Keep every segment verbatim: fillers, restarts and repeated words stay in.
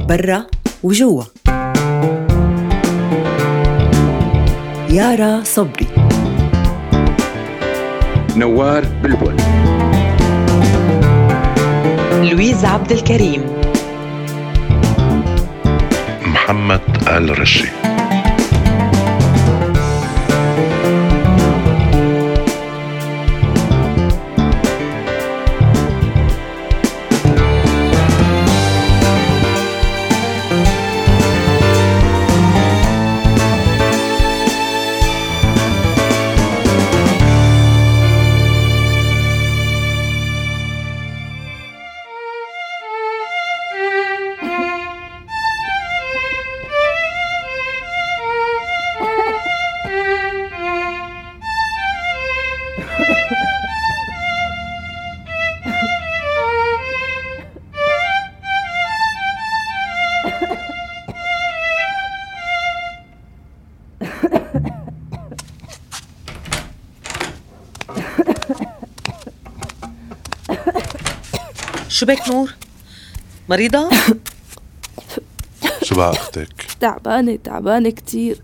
برا وجوا. يارا صبري، نوار بلبل، لويز عبد الكريم، محمد آل رشي. شو بك نور؟ مريضة؟ شو بقى أختك؟ تعبانة تعبانة كتير.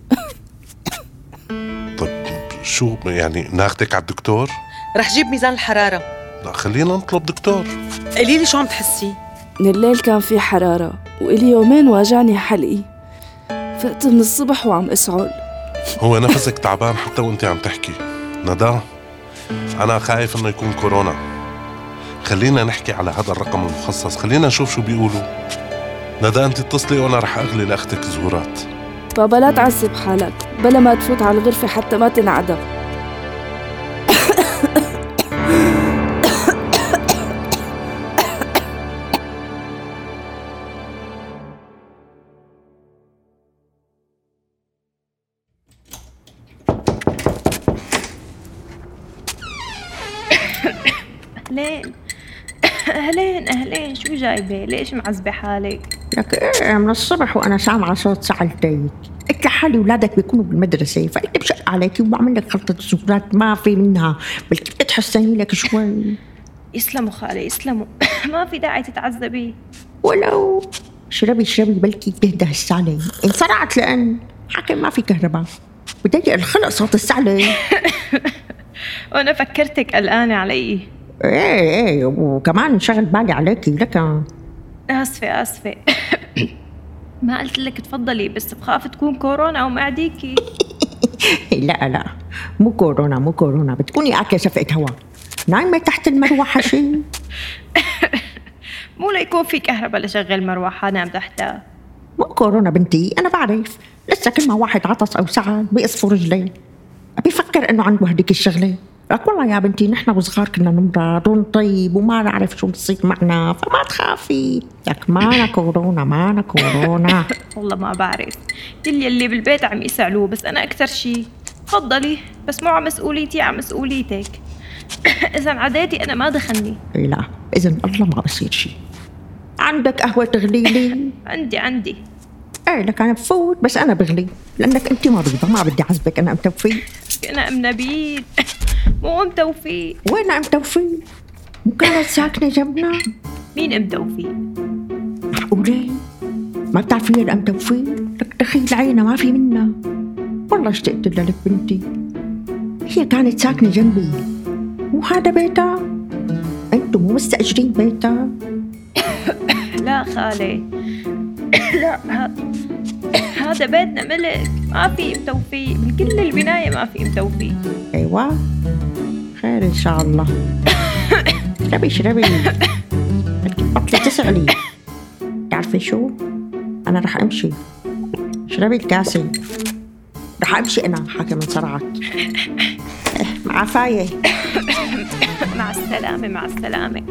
طب شو يعني ناخدك على الدكتور؟ رح جيب ميزان الحرارة. لا خلينا نطلب دكتور. قليلي شو عم تحسي؟ من الليل كان في حرارة وإلي يومين واجعني حلقي، فقت من الصبح وعم أسعل. هو نفسك تعبان حتى وانت عم تحكي. ندى أنا خايف إنه يكون كورونا. خلينا نحكي على هذا الرقم المخصص، خلينا نشوف شو بيقولوا. ندى أنت اتصلي وأنا رح أغلي لأختك زهورات. بابا لا تعذب حالك، بلا ما تفوت على الغرفة حتى ما تنعدى. أهلين أهلين أهلين، شو جايبة؟ ليش معذبة حالك؟ لك إيه من الصبح وأنا سامعة صوت سعلتك. قلت لحالي ولادك بيكونوا بالمدرسة، فقلت بشق عليكي وبعمل لك خلطة زهورات ما في منها، بلكي بتحسني لك شوي. يسلموا خالي يسلموا. ما في داعي تتعذبي. ولو شربي شربي بلكي بتهدى السعلة. انصرعت لأن حكي ما في كهرباء، بضايق الخلق صوت السعلة. وأنا فكرتك قلقانة علي. ايه ايه وكمان انشغل بالي عليكي. لك آسفة آسفة. ما قلت لك تفضلي، بس بخاف تكون كورونا ومعديكي. لا لا مو كورونا مو كورونا، بتكوني أكل شفقة هوا نايمة تحت المروحة شي. مو ليكون في كهرباء لشغل مروحة نام تحتها. مو كورونا بنتي، أنا بعرف. لسه كل ما واحد عطس أو سعل بيقصفوا رجليه بيفكر إنه عنده هديك الشغلة. لك والله يا بنتي نحن وصغار كنا نمرض ونطيب وما نعرف شو بصير معنا، فما تخافي. لك مانا كورونا مانا كورونا. والله ما بعرف، كل يلي بالبيت عم يسألوه، بس أنا أكثر شي. تفضلي، بس مو على مسؤوليتي على مسؤوليتك. إذا عديتي أنا ما دخلني. إيه لا إذن الله ما بصير شي. عندك قهوة تغليلي؟ عندي عندي. ايه لك أنا بفوت، بس أنا بغلي لأنك أنت مريضة، ما بدي عزبك. أنا أم توفيق. أنا أم نبيل مو أم توفيق. وين أم توفيق؟ مو كانت ساكنة جنبنا؟ مين أم توفيق؟ معقولة؟ ما بتعرفي الأم توفيق؟ لك دخيل عينها ما في منها. والله اشتقت لك بنتي، هي كانت ساكنة جنبي. وهذا بيتها؟ أنتم مو مستأجرين بيتها؟ لا خالي لا، هذا بيتنا ملك، ما في ام توفيق، بكل البناية ما في ام توفيق. ايوه خير ان شاء الله. شربي شربي بطلي تسعلي. تعرفي شو، انا رح امشي. شربي الكاسة، رح امشي انا حاكي من صرعك. مع عفاية. مع السلامة مع السلامة.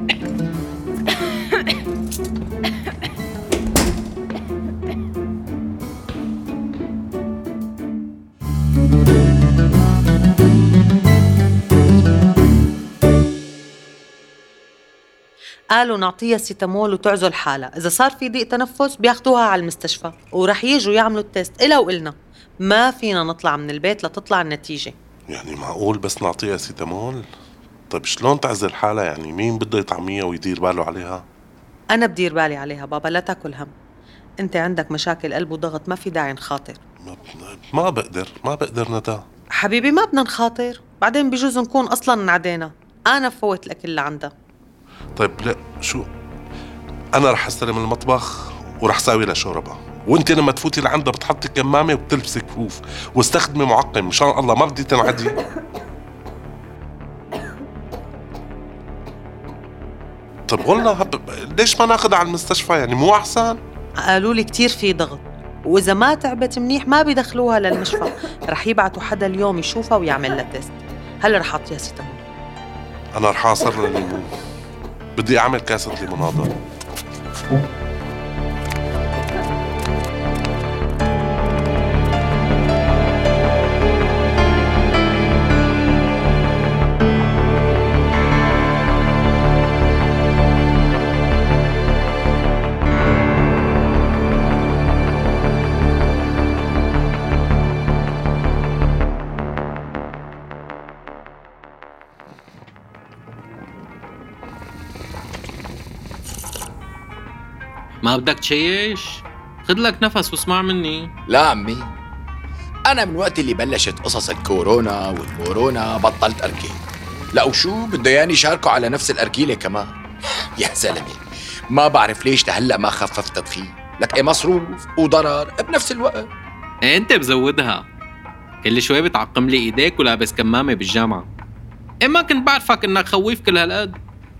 قالوا نعطيها سيتامول وتعزل حالها، إذا صار في ضيق تنفس بياخدوها على المستشفى ورح يجوا يعملوا التست. إلا وقلنا ما فينا نطلع من البيت لتطلع النتيجة. يعني معقول بس نعطيها سيتامول؟ طيب شلون تعزل حالها؟ يعني مين بده يطعميها ويدير باله عليها؟ أنا بدير بالي عليها بابا، لا تاكل هم. انت عندك مشاكل قلب وضغط، ما في داعي نخاطر. ما, ما بقدر ما بقدر ندى. حبيبي ما بدنا نخاطر، بعدين بجوز نكون اصلا انعدينا. انا بفوت الاكل اللي عندها. طيب لا شو، انا رح استلم المطبخ ورح ساوي لها شوربه، وانت لما تفوتي لعندها بتحطي كمامه وبتلبسي كفوف واستخدمي معقم مشان الله ما بدي تنعدي. طب والله هب... ليش ما ناخذها على المستشفى؟ يعني مو احسن؟ قالوا لي كتير في ضغط، واذا ما تعبت منيح ما بيدخلوها للمشفى. رح يبعتوا حدا اليوم يشوفها ويعمل لها تيست. هلا رح اعطيها سيتامول. انا رح اعصر لها ليمون، بدي اعمل كاسه ليموناده. ما بدك تشيش؟ خد لك نفس واسمع مني. لا عمي، أنا من وقت اللي بلشت قصص الكورونا والمورونا بطلت أركي. لا وشو بده ياني شاركوا على نفس الأركيلة كمان؟ يا زلمة ما بعرف ليش لهلأ ما خففت تدخين، لك إيه مصروف وضرر بنفس الوقت. إيه انت بزودها، كل شوي بتعقم لي ايديك ولابس كمامة بالجامعة. إيه ما كنت بعرفك انك خويف كل هالقد.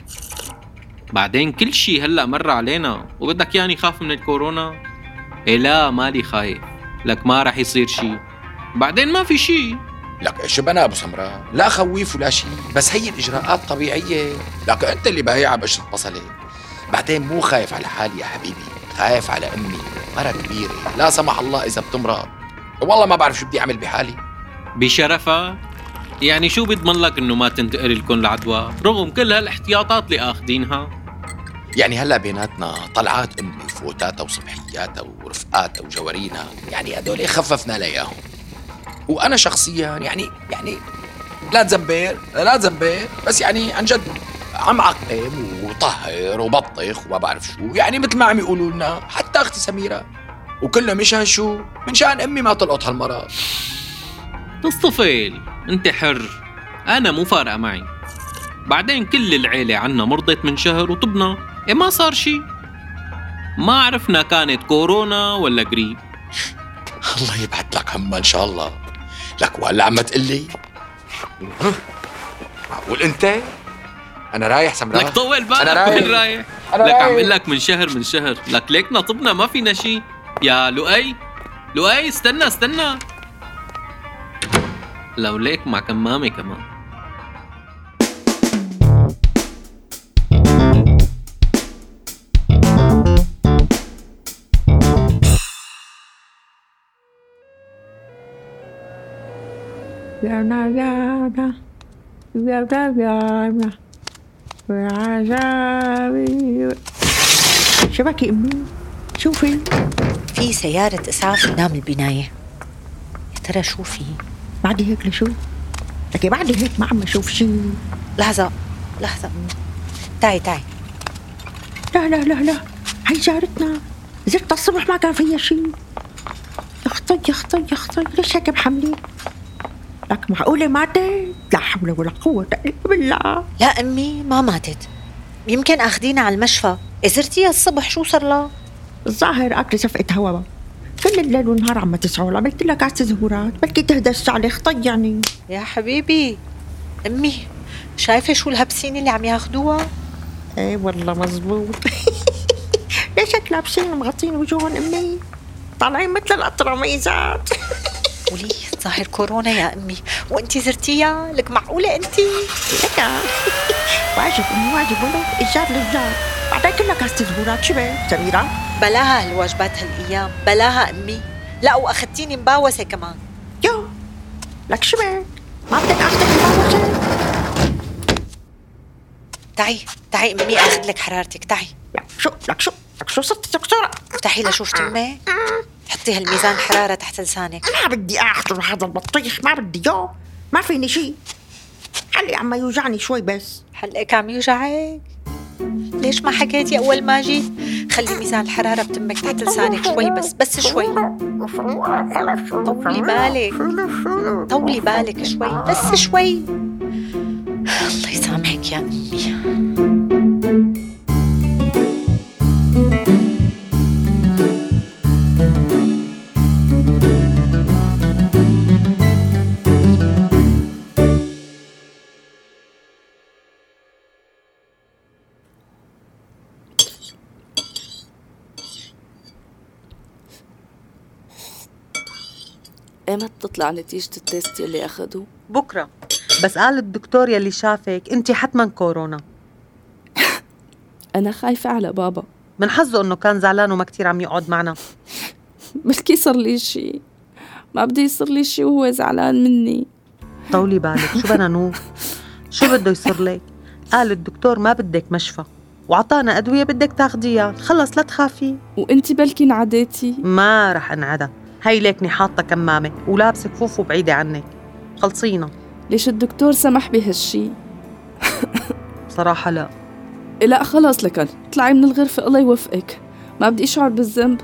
بعدين كل شي هلأ مر علينا وبدك يعني خاف من الكورونا؟ إيه لا مالي خايف، لك ما رح يصير شي، بعدين ما في شي. لك شو بنا أبو سمراء، لا خويف ولا شي، بس هي الإجراءات طبيعية. لك أنت اللي بايع بقشرة بصلة. بعدين مو خايف على حالي يا حبيبي، خايف على أمي، مرة كبيرة لا سمح الله إذا بتمرض، والله ما بعرف شو بدي أعمل بحالي. بشرفك؟ يعني شو بيضمن لك إنه ما تنتقل لكم العدوى رغم كل هالاحتياطات اللي آخدينها؟ يعني هلا بيناتنا طلعات امي وفوتاتها وصبحياتها ورفقاتها وجوارينها، يعني هدول خففنا لياهم. وانا شخصيا يعني يعني لا تزبر لا تزبر بس يعني عن جد عم عقم وطهر وبطخ وما بعرف شو، يعني مثل ما عم يقولوا لنا حتى اختي سميره، وكلنا مشان شو؟ من شان امي ما تلقط هالمرض. تصطفيل انت حر، انا مو فارقه معي. بعدين كل العيله عنا مرضت من شهر وطبنا، إيه ما صار شي، ما عرفنا كانت كورونا ولا قريب. الله يبعد لك همها ان شاء الله. لك وهلا عم تقلي معقول انت؟ انا رايح سمراء. لك طول بالك، أنا رايح. وين رايح؟ أنا لك رايح. عم قلك من شهر من شهر، لك ليكنا طبنا ما فينا شي. يا لؤي لؤي استنى استنى، لو ليك مع كمامة كمان. يانا يانا يانا يانا وعجابي. شبكي أمي شوفي، في سيارة إسعاف قدام البناية. يا ترى شو في؟ بعد هيك لشو؟ لكي بعد هيك ما عم أشوف شي. لحظة لحظة، تعي تعي. لا لا لا لا، هي جارتنا زرت الصبح ما كان فيها شي. يا خطي يا خطي يا خطي، ليش هيك محملة؟ لك معقولة ماتت؟ لا حول ولا قوة إلا بالله. لا أمي ما ماتت، يمكن أخدينا على المشفى. زرتيها الصبح شو صار لها؟ الظاهر أكل صفقة هوا، كل الليل والنهار عم تسعول. عملت لها كاسة زهورات بلكي تهدى الشعلة. خطي يعني. يا حبيبي أمي شايفة شو الهبسين اللي عم ياخدوها؟ ايه والله مزبوط. ليش هيك لابسين مغطين وجوهن أمي؟ طالعين مثل الأطرميزات. ولي ظاهر كورونا يا أمي، وأنتي زرتيها؟ لك معقولة أنتي؟ لك واجب أمي واجب، والله الجار للجار. بعدين كلها كاسة زهورات. شبه سميرة؟ بلاها هالواجبات هالأيام، بلاها أمي. لا وأخدتيني مباوسة كمان. يو لك شبه ما بدك أخذك مباوسة؟ تعي تعي أمي أخذ لك حرارتك. تعي. لك شو لك شو لك شو صرت دكتورة؟ افتحي لشوف تمي، حطي هالميزان حرارة تحت لسانك. ما بدي أحضر هذا البطيخ، ما بدي يو، ما فيني شي. حلي عم يوجعني شوي بس. حلقك عم يوجعك؟ ليش ما حكيتي أول ما جيت؟ خلي ميزان الحرارة بتمك تحت لسانك شوي بس بس شوي. طولي بالك طولي بالك شوي بس شوي. الله يسامحك يا أمي. ايمت تطلع نتيجة التيست يلي أخدوه؟ بكرة، بس قال الدكتور يلي شافك انتي حتما كورونا. أنا خايفة على بابا. من حظه انه كان زعلان وما كتير عم يقعد معنا. بلكي صار لي شي، ما بدي يصير لي شي وهو زعلان مني. طولي بالك، شو بدنا نور؟ شو بده يصير لك؟ قال الدكتور ما بدك مشفى وعطانا أدوية بدك تاخديها، خلص لا تخافي. وانتي بلكي انعديتي؟ ما رح انعدى، هي ليكني حاطة كمامة ولابسة كفوف وبعيدة عنك، خلصينا. ليش الدكتور سمح بهالشي؟ صراحة لا. لا خلاص لكن اطلعي من الغرفة الله يوفقك، ما بدي اشعر بالذنب.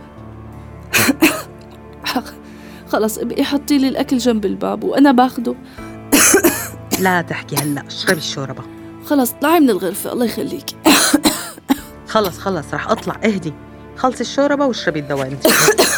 خلاص ابقي حطي لي الأكل جنب الباب وأنا باخده. لا تحكي هلأ، اشربي الشوربة. خلاص اطلعي من الغرفة الله يخليكي. خلص خلص رح أطلع، اهدي، خلصي الشوربة واشربي الدواء انت.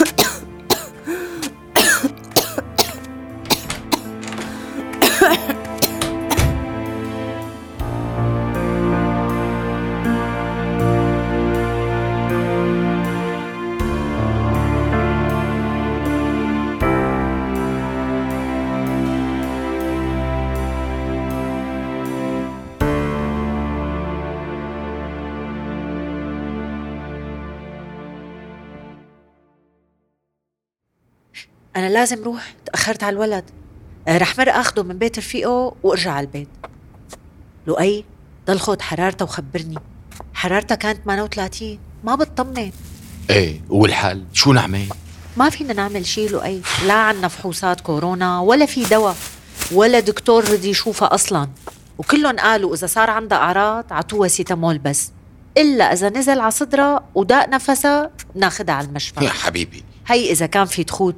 أنا لازم روح، تأخرت على الولد. آه، رح مر أخده من بيت رفيقه وأرجع على البيت. لؤي ضل خد حرارته وخبرني. حرارتها كانت ثمانية وثلاثين، ما بتطمن. ايه والحل شو نعمل؟ ما فينا نعمل شي لؤي، لا عنا فحوصات كورونا ولا في دواء ولا دكتور رضي يشوفها أصلا، وكلهم قالوا إذا صار عندها أعراض عطوها سيتامول بس، إلا إذا نزل على صدرها وداق نفسها ناخدها على المشفى. يا حبيبي هي إذا كان في تخوت.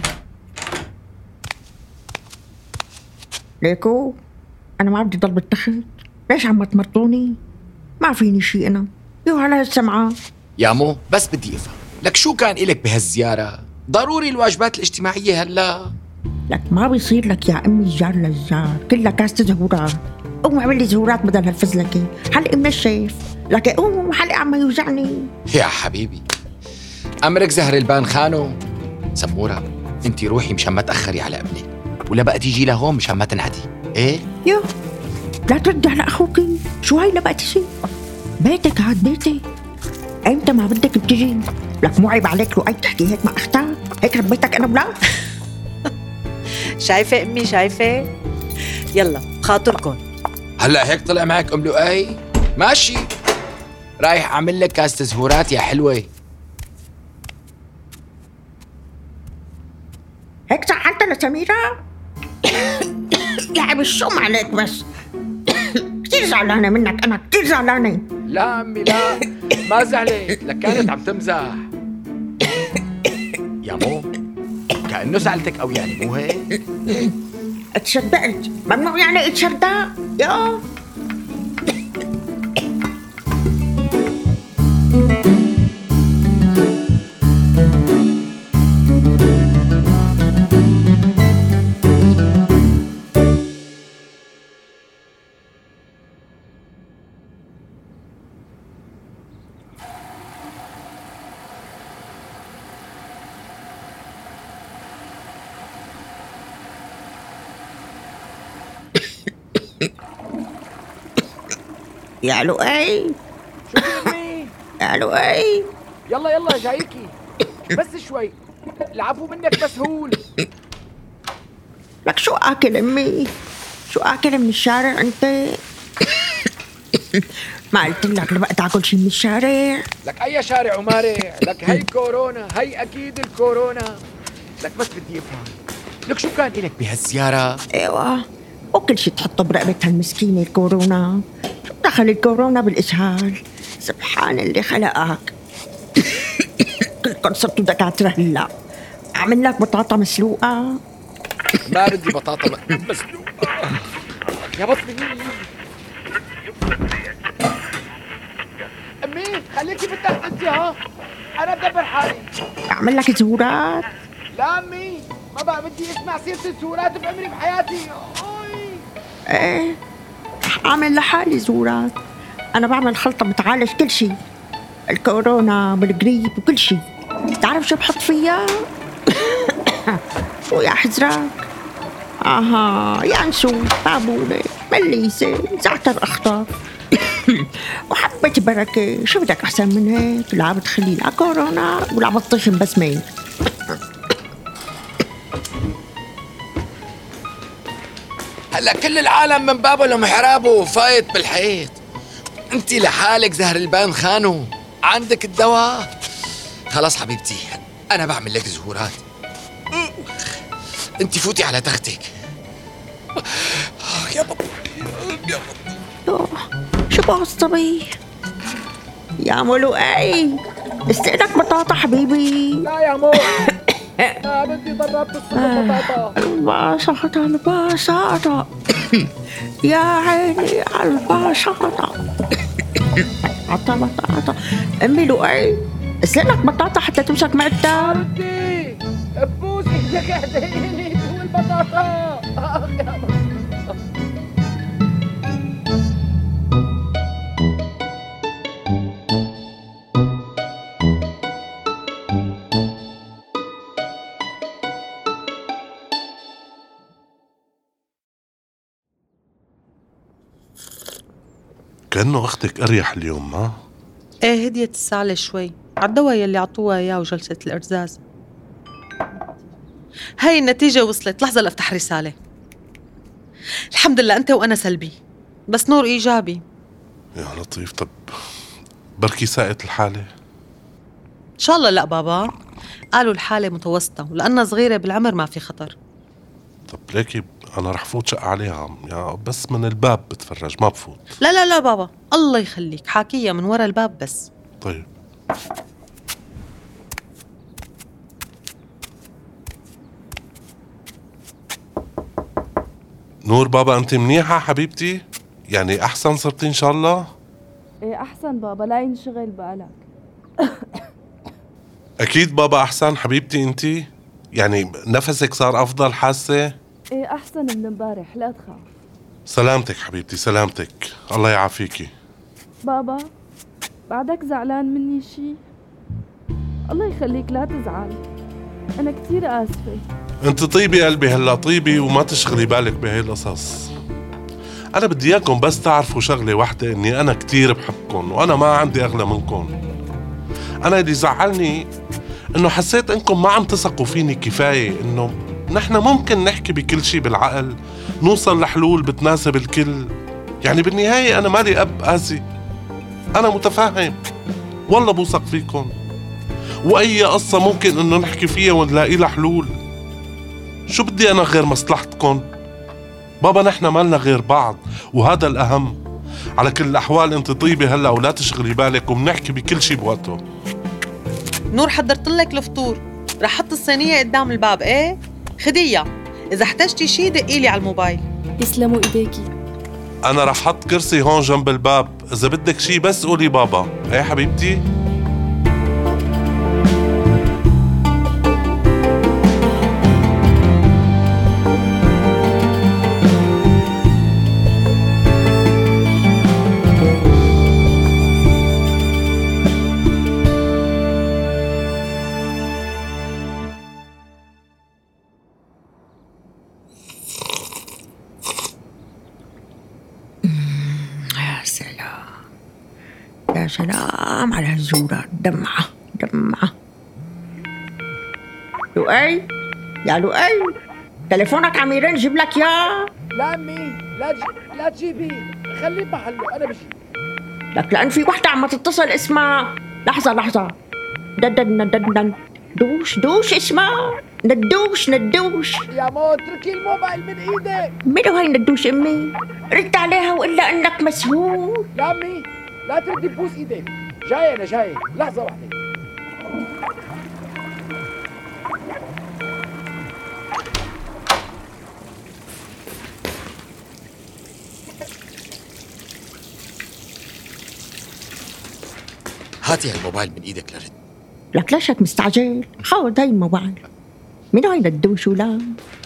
ليكو أنا ما بدي ضل بالتخت، ليش عم تمرطوني؟ ما فيني شي أنا، يو على السمعة. يا مو بس بدي أفهم لك شو كان إلك بهالزيارة؟ ضروري الواجبات الاجتماعية هلا؟ لك ما بيصير لك يا أمي الجار للجار، كلها كاسة زهورات. قوم اعمل لي زهورات بدل هالفزلكة، حلقي من الشيف. لك قوم حلقي عم يوجعني. يا حبيبي أمرك زهر البان خانو. سمورة انتي روحي مشان ما تأخري على ابنك، ولا بقى تيجي لهون مشان ما تنعدي. ايه يو لا تردي على أخوكي، شو هاي لبقى تشي؟ بيتك هاد بيتي، ايمتى ما بدك بتجي؟ لك مو عيب عليك لو أي تحكي هيك مع أختك؟ هيك ربيتك أنا بلا؟ شايفة أمي شايفة؟ يلا خاطركم. هلا هيك طلع معك أم لؤي؟ ماشي، رايح أعمل لك كاسة زهورات يا حلوة. هيك زعلت لسميرة؟ لعب الشوم عليك بس. كتير زعلانة منك أنا، كتير زعلانة. لا أمي لا، ما زعلت، لك كانت عم تمزح. يا مو كأنه زعلتك أو يعني مو هيك؟ اتشدقت، ممنوع يعني اتشدق؟ يا يا لؤي، يا لؤي، يلا يلا جايكي، بس شوي، العفو منك مسهول. لك شو آكل أمي؟ شو آكل من الشارع أنت؟ ما قلت لك لبقى تاكل شي من الشارع؟ لك أي شارع ومارع؟ لك هي كورونا، هي أكيد الكورونا. لك بس بدي أفهم، لك شو كان إلك بهالزيارة؟ ايوه، وكل شي تحطه برقبة هالمسكينة الكورونا. شو دخل الكورونا بالإسهال؟ سبحان اللي خلقك. كلكم صرتوا دكاترة هلا. أعمل لك بطاطا مسلوقة؟ ما بدي بطاطا مسلوقة يا بطني. أمي خليكي بالتحت انتي، ها أنا بدبر حالي. أعمل لك زهورات؟ لا أمي، ما بقى بدي اسمع سيرة الزهورات بعمري بحياتي. أوي. ايه رح أعمل لحالي زهورات. أنا بعمل خلطة بتعالج كل شي، الكورونا والقريب وكل شي. تعرف شو بحط فيها؟ شو يا حزراك؟ اها ينسون، بابونة، مليسة، زعتر اخضر وحبة بركة. شو بدك احسن من هيك؟ لا بتخلي لا كورونا ولا بتطيخن بس مين. هلا كل العالم من بابه لمحرابه فايت بالحيط، انت لحالك زهر البان خانو. عندك الدواء؟ خلاص حبيبتي انا بعمل لك زهورات. انت فوتي على تختك. يا بابا يا بابا شو بهالصبي يا ملوقي؟ استقلك بطاطا حبيبي. لا يا مو ما بدي ضربت الصبح بطاطا. البساطة البساطة يا عيني على البساطة. بطاطا بطاطا أمي لؤي استقلك بطاطا حتى تمسك معدتها. بدي بوس ايدك اهديني تقول البطاطا. كأنه أختك أريح اليوم ما؟ ايه هديت السعلة شوي عالدواء يلي عطوها اياه وجلسة الارزاز. هاي النتيجة وصلت. لحظة لأفتح رسالة. الحمد لله أنت وأنا سلبي بس نور إيجابي. يا لطيف. طب بركي ساءت الحالة؟ إن شاء الله لا بابا، قالوا الحالة متوسطة ولأنها صغيرة بالعمر ما في خطر. طب ليكي أنا رح فوت شق عليها، يا بس من الباب بتفرج ما بفوت. لا لا لا بابا الله يخليك، حاكية من وراء الباب بس. طيب. نور بابا أنت منيحة حبيبتي؟ يعني أحسن صرتي إن شاء الله؟ ايه احسن بابا، لا ينشغل بالك. أكيد بابا أحسن حبيبتي أنت؟ يعني نفسك صار أفضل حاسة؟ ايه احسن من امبارح لا تخاف. سلامتك حبيبتي سلامتك، الله يعافيكي. بابا بعدك زعلان مني شي؟ الله يخليك لا تزعل، أنا كتير آسفة. انت طيبي قلبي هلا طيبي وما تشغلي بالك بهي القصص. انا بدي اياكم بس تعرفوا شغلة واحدة، اني انا كتير بحبكم وانا ما عندي اغلى منكم. انا اللي زعلني انه حسيت انكم ما عم تثقوا فيني كفاية، انه نحن ممكن نحكي بكل شي بالعقل، نوصل لحلول بتناسب الكل. يعني بالنهاية انا مالي اب قاسي، انا متفاهم والله بوثق فيكم، واي قصة ممكن انه نحكي فيها ونلاقي لها حلول. شو بدي أنا غير مصلحتكم؟ بابا نحن مالنا غير بعض وهذا الأهم. على كل الأحوال أنت طيبة هلأ ولا تشغلي بالك وبنحكي بكل شي بوقته. نور حضرت لك الفطور، رح حط الصينية قدام الباب. إيه خديها، إذا احتجتي شي دقيلي على الموبايل. يسلموا إيديكي. أنا رح حط كرسي هون جنب الباب، إذا بدك شي بس قولي بابا. إيه حبيبتي؟ يا سلام على هالزورات، دمعة دمعة. لؤي يا لؤي، تليفونك عم يرن، جيب لك ياه. لا أمي لا تجي... لا تجيبي، خليه بمحله أنا بجي. لك لأن في وحدة عم تتصل اسمها، لحظة لحظة، ددن ندن دوش دوش اسمها ندوش ندوش. يا مو اتركي الموبايل من ايدك. منو هاي ندوش امي؟ رد عليها وإلا انك مسهول. لا امي لا تردي بوس ايدك، جاي انا جاي، لحظة واحدة. هاتي هالموبايل من ايدك لرد. لك ليشك مستعجل؟ خذ هاي الموبايل. من وين الدوش ولا؟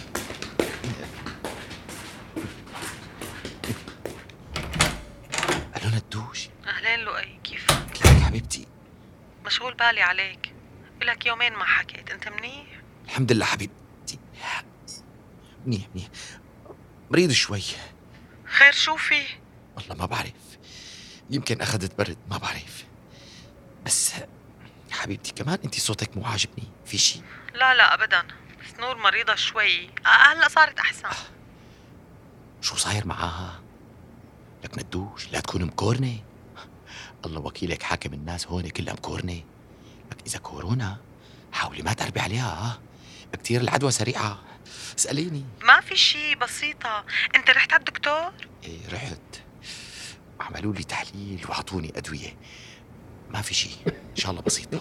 الو ندوش. اهلين لؤي، كيفك؟ كيفك حبيبتي؟ مشغول بالي عليك، لك يومين ما حكيت. انت منيح؟ الحمد لله حبيبتي، منيح منيح، مريض شوي. خير شو في؟ والله ما بعرف، يمكن أخذت برد، ما بعرف. بس حبيبتي كمان انتي صوتك مو عاجبني، في شي؟ لا لا ابدا، بس نور مريضة شوي، هلا صارت احسن. شو صاير معاها؟ لك ندوش لا تكون مكورنة، الله وكيلك حاكم الناس هون كلها مكورنة. لك إذا كورونا حاولي ما تقربي عليها، ها كتير العدوى سريعة. اسأليني. ما في شي، بسيطة. انت رحت على الدكتور؟ ايه رحت، عملوا لي تحليل وعطوني أدوية، ما في شي، إن شاء الله بسيطة.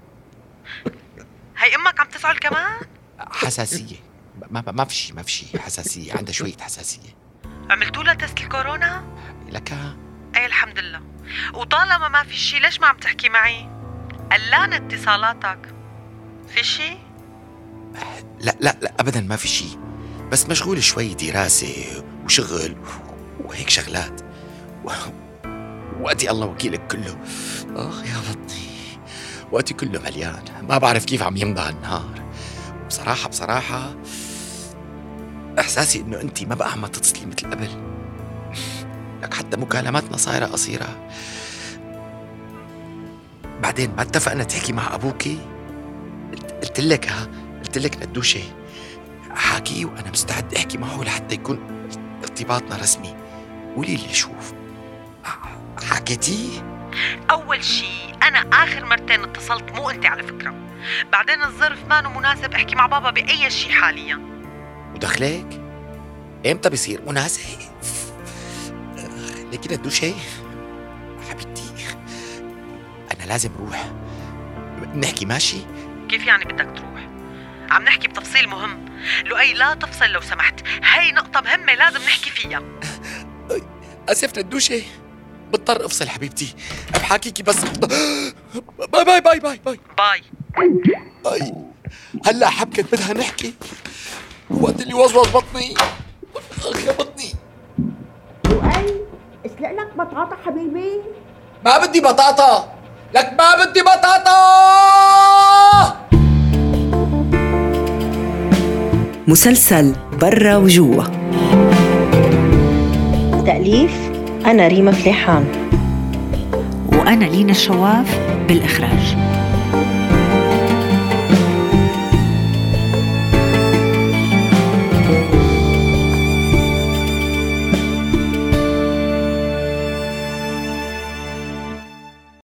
هي امك عم تزعل كمان؟ حساسية، ما ما في شي، ما في شي، حساسية، عندها شوية حساسية. عملتوا لها تست الكورونا؟ لك ايه الحمد لله. وطالما ما في شي ليش ما عم تحكي معي؟ قلان اتصالاتك، في شي؟ لا لا لا أبدا ما في شي، بس مشغول شوي دراسة وشغل وهيك شغلات و... وقتي الله وكيلك كله، آخ يا بطني، وقتي كله مليان، ما بعرف كيف عم يمضى النهار. بصراحة بصراحة إحساسي إنه أنتي ما بقى عم تتصلي مثل قبل، لك حتى مكالماتنا صايرة قصيرة. بعدين ما اتفقنا تحكي مع أبوكي؟ قلت لك ها قلت لك ندوشة حاكي وأنا مستعد أحكي معه لحتى يكون ارتباطنا رسمي. قولي لي شوف، حكيتيه؟ أول شي أنا آخر مرتين اتصلت مو أنت على فكرة، بعدين الظرف مانو مناسب أحكي مع بابا بأي شي حاليا. ودخلك؟ إمتى بيصير مناسب؟ لكن ندوشة حبيبتي أنا لازم روح، نحكي ماشي؟ كيف يعني بدك تروح؟ عم نحكي بتفصيل مهم. لؤي لا تفصل لو سمحت، هاي نقطة مهمة لازم نحكي فيها. أسف ندوشة، بضطر أفصل حبيبتي، بحاكيكي بس. باي باي باي باي باي باي باي. هلا حبكت بدها نحكي وقت اللي وزوز بطني، أخ يا بطني. لؤي اسلق لك بطاطا حبيبي. ما بدي بطاطا، لك ما بدي بطاطا. مسلسل برا وجوا، تأليف أنا ريما فليحان وأنا لينا الشواف بالإخراج.